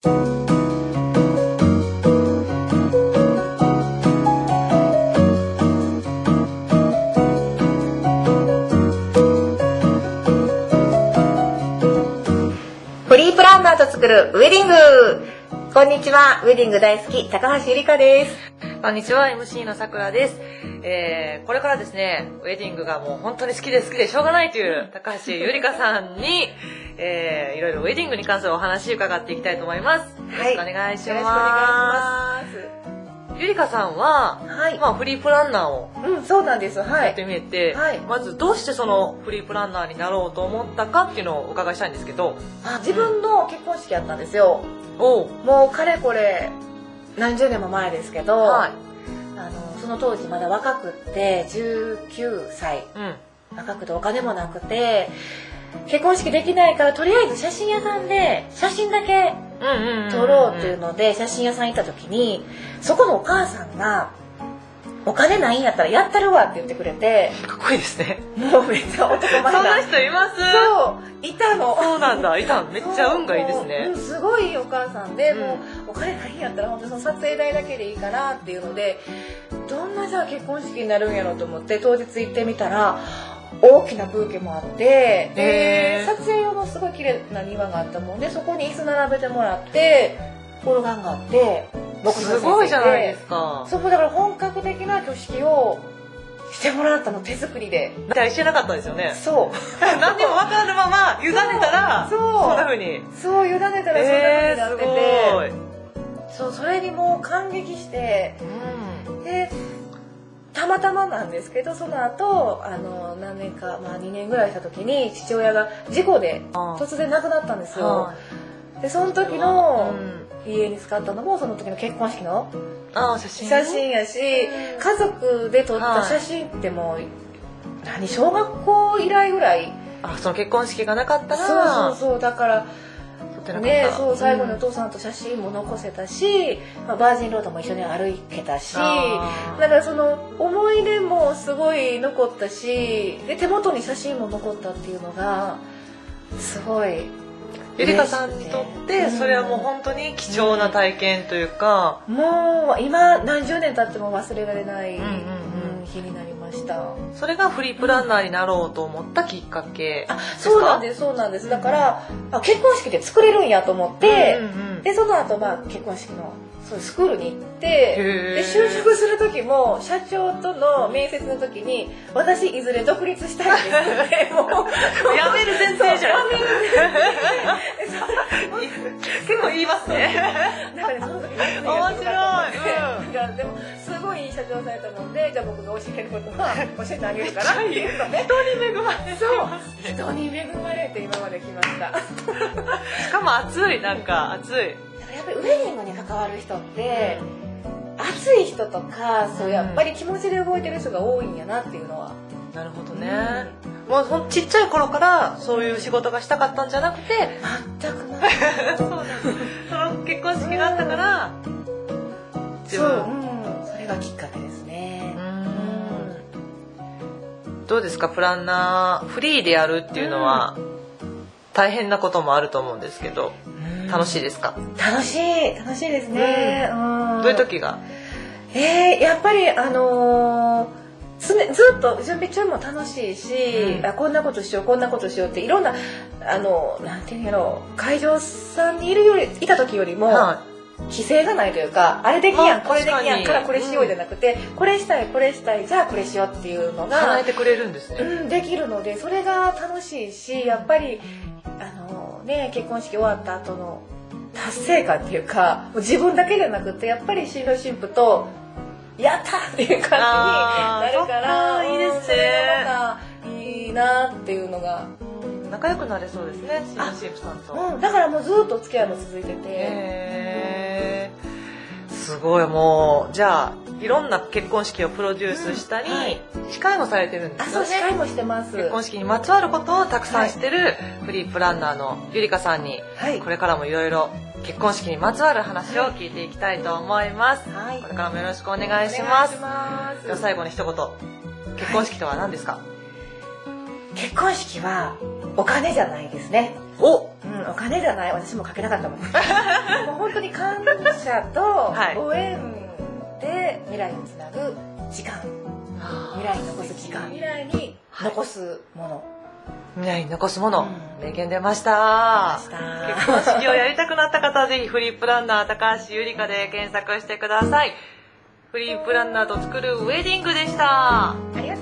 フリープランナーと作るウェディング。こんにちは、ウェディング大好き高橋ゆりかです。 こんにちは、MC のさくらです。これからですね、ウェディングがもう本当に好きでしょうがないという高橋ゆりかさんに、いろいろウェディングに関するお話を伺っていきたいと思います。よろしくお願いします。よろしくお願いします。ゆりかさんは、フリープランナーをそうなんです。 やってみて、まずどうしてそのフリープランナーになろうと思ったかっていうのをお伺いしたいんですけど。 自分の結婚式やったんですよ。もうかれこれ何十年も前ですけど、その当時まだ若くって19歳、若くてお金もなくて結婚式できないから、とりあえず写真屋さんで写真だけ撮ろうっていうので写真屋さん行った時に、そこのお母さんがお金ないんやったらやったるわって言ってくれて。 かっこいいですね。 もうめっちゃ男前な。 そんな人います？ そう、いたの。 そうなんだ、いたの。めっちゃ運がいいですね。 すごいいいお母さんで、もうお金ないんやったら本当にその撮影代だけでいいからっていうので、どんなじゃあ結婚式になるんやろうと思って当日行ってみたら、大きなブーケもあって、で撮影用のすごい綺麗な庭があったもんで、そこに椅子並べてもらって、オルガンがあって、 すごいじゃないですか。 そう、だから本格的な挙式をしてもらったの、手作りで。 してなかったんですよね。 そう。 何にも分からぬまま委ねたら、そんな風に。 そう、委ねたらそんな風になってて。そう、それにもう感激して、で、たまたまなんですけど、その後何年か、2年ぐらいした時に父親が事故で突然亡くなったんですよ。でその時の家に使ったのもその時の結婚式の写真やし、家族で撮った写真ってもう小学校以来ぐらい。 その結婚式がなかったら。 そうだからね、そう最後にお父さんと写真も残せたし、バージンロードも一緒に歩けたし、だからその思い出もすごい残ったし、で手元に写真も残ったっていうのがすごい。 ゆりかさんにとってそれはもう本当に貴重な体験というか、 もう今何十年経っても忘れられない日になりました。 それがフリープランナーになろうと思ったきっかけですか？ そうなんです。だから結婚式で作れるんやと思って、でその後結婚式のスクールに行って、で就職する時も社長との面接の時に、私いずれ独立したいんですってもうやめる前提じゃん。結構言いますね。 なんかね、その時面白い。でもすごいいい社長されたもんで、じゃあ僕が教えることは教えてあげるからっていうのね。 人に恵まれて。 そう、人に恵まれて今まで来ました。 しかも熱い、なんか熱い。 やっぱりウェディングに関わる人って、熱い人とか、そうやっぱり気持ちで動いてる人が多いんやなっていうのは。 なるほどね。もうちっちゃい頃からそういう仕事がしたかったんじゃなくて、 全くない。 そうなんです。その結婚式があったから、 それがきっかけですね。 どうですか、プランナーフリーでやるっていうのは大変なこともあると思うんですけど、楽しいですか？ 楽しいですね。 どういう時が？ やっぱりずっと準備中も楽しいし、こんなことしようっていろんななんていうの、会場さんにいた時よりも規制がないというか、あれできやんこれできやんからこれしようじゃなくて、これしたいじゃあこれしようっていうのが叶えてくれるんですね。 できるので、それが楽しいし、やっぱり結婚式終わった後の達成感っていうか、自分だけじゃなくてやっぱり新郎新婦とやったっていう感じになるから、 いいですね。 それがまたいいなっていうのが。 仲良くなれそうですね、新郎新婦さんと。 だからもうずっとお付き合いも続いてて。 すごい。もうじゃあいろんな結婚式をプロデュースしたり、司会もされてるんですよね。 司会もしてます。 結婚式にまつわることをたくさんしてるフリープランナーのゆりかさんに、これからもいろいろ結婚式にまつわる話を聞いていきたいと思います。これからもよろしくお願いします。では最後に一言、結婚式とは何ですか？ 結婚式はお金じゃないですね。お金じゃない。私もかけなかったもん。もう当に感謝とはいご縁で未来につなぐ時間、未来に残す時間、未来に残すもの、 未来に残すもの、名言出まし出た。 ました結婚式をやりたくなった方はぜひフリープランナー高橋ゆりかで検索してください。フリープランナーと作るウェディングでした。 ありがとうございました。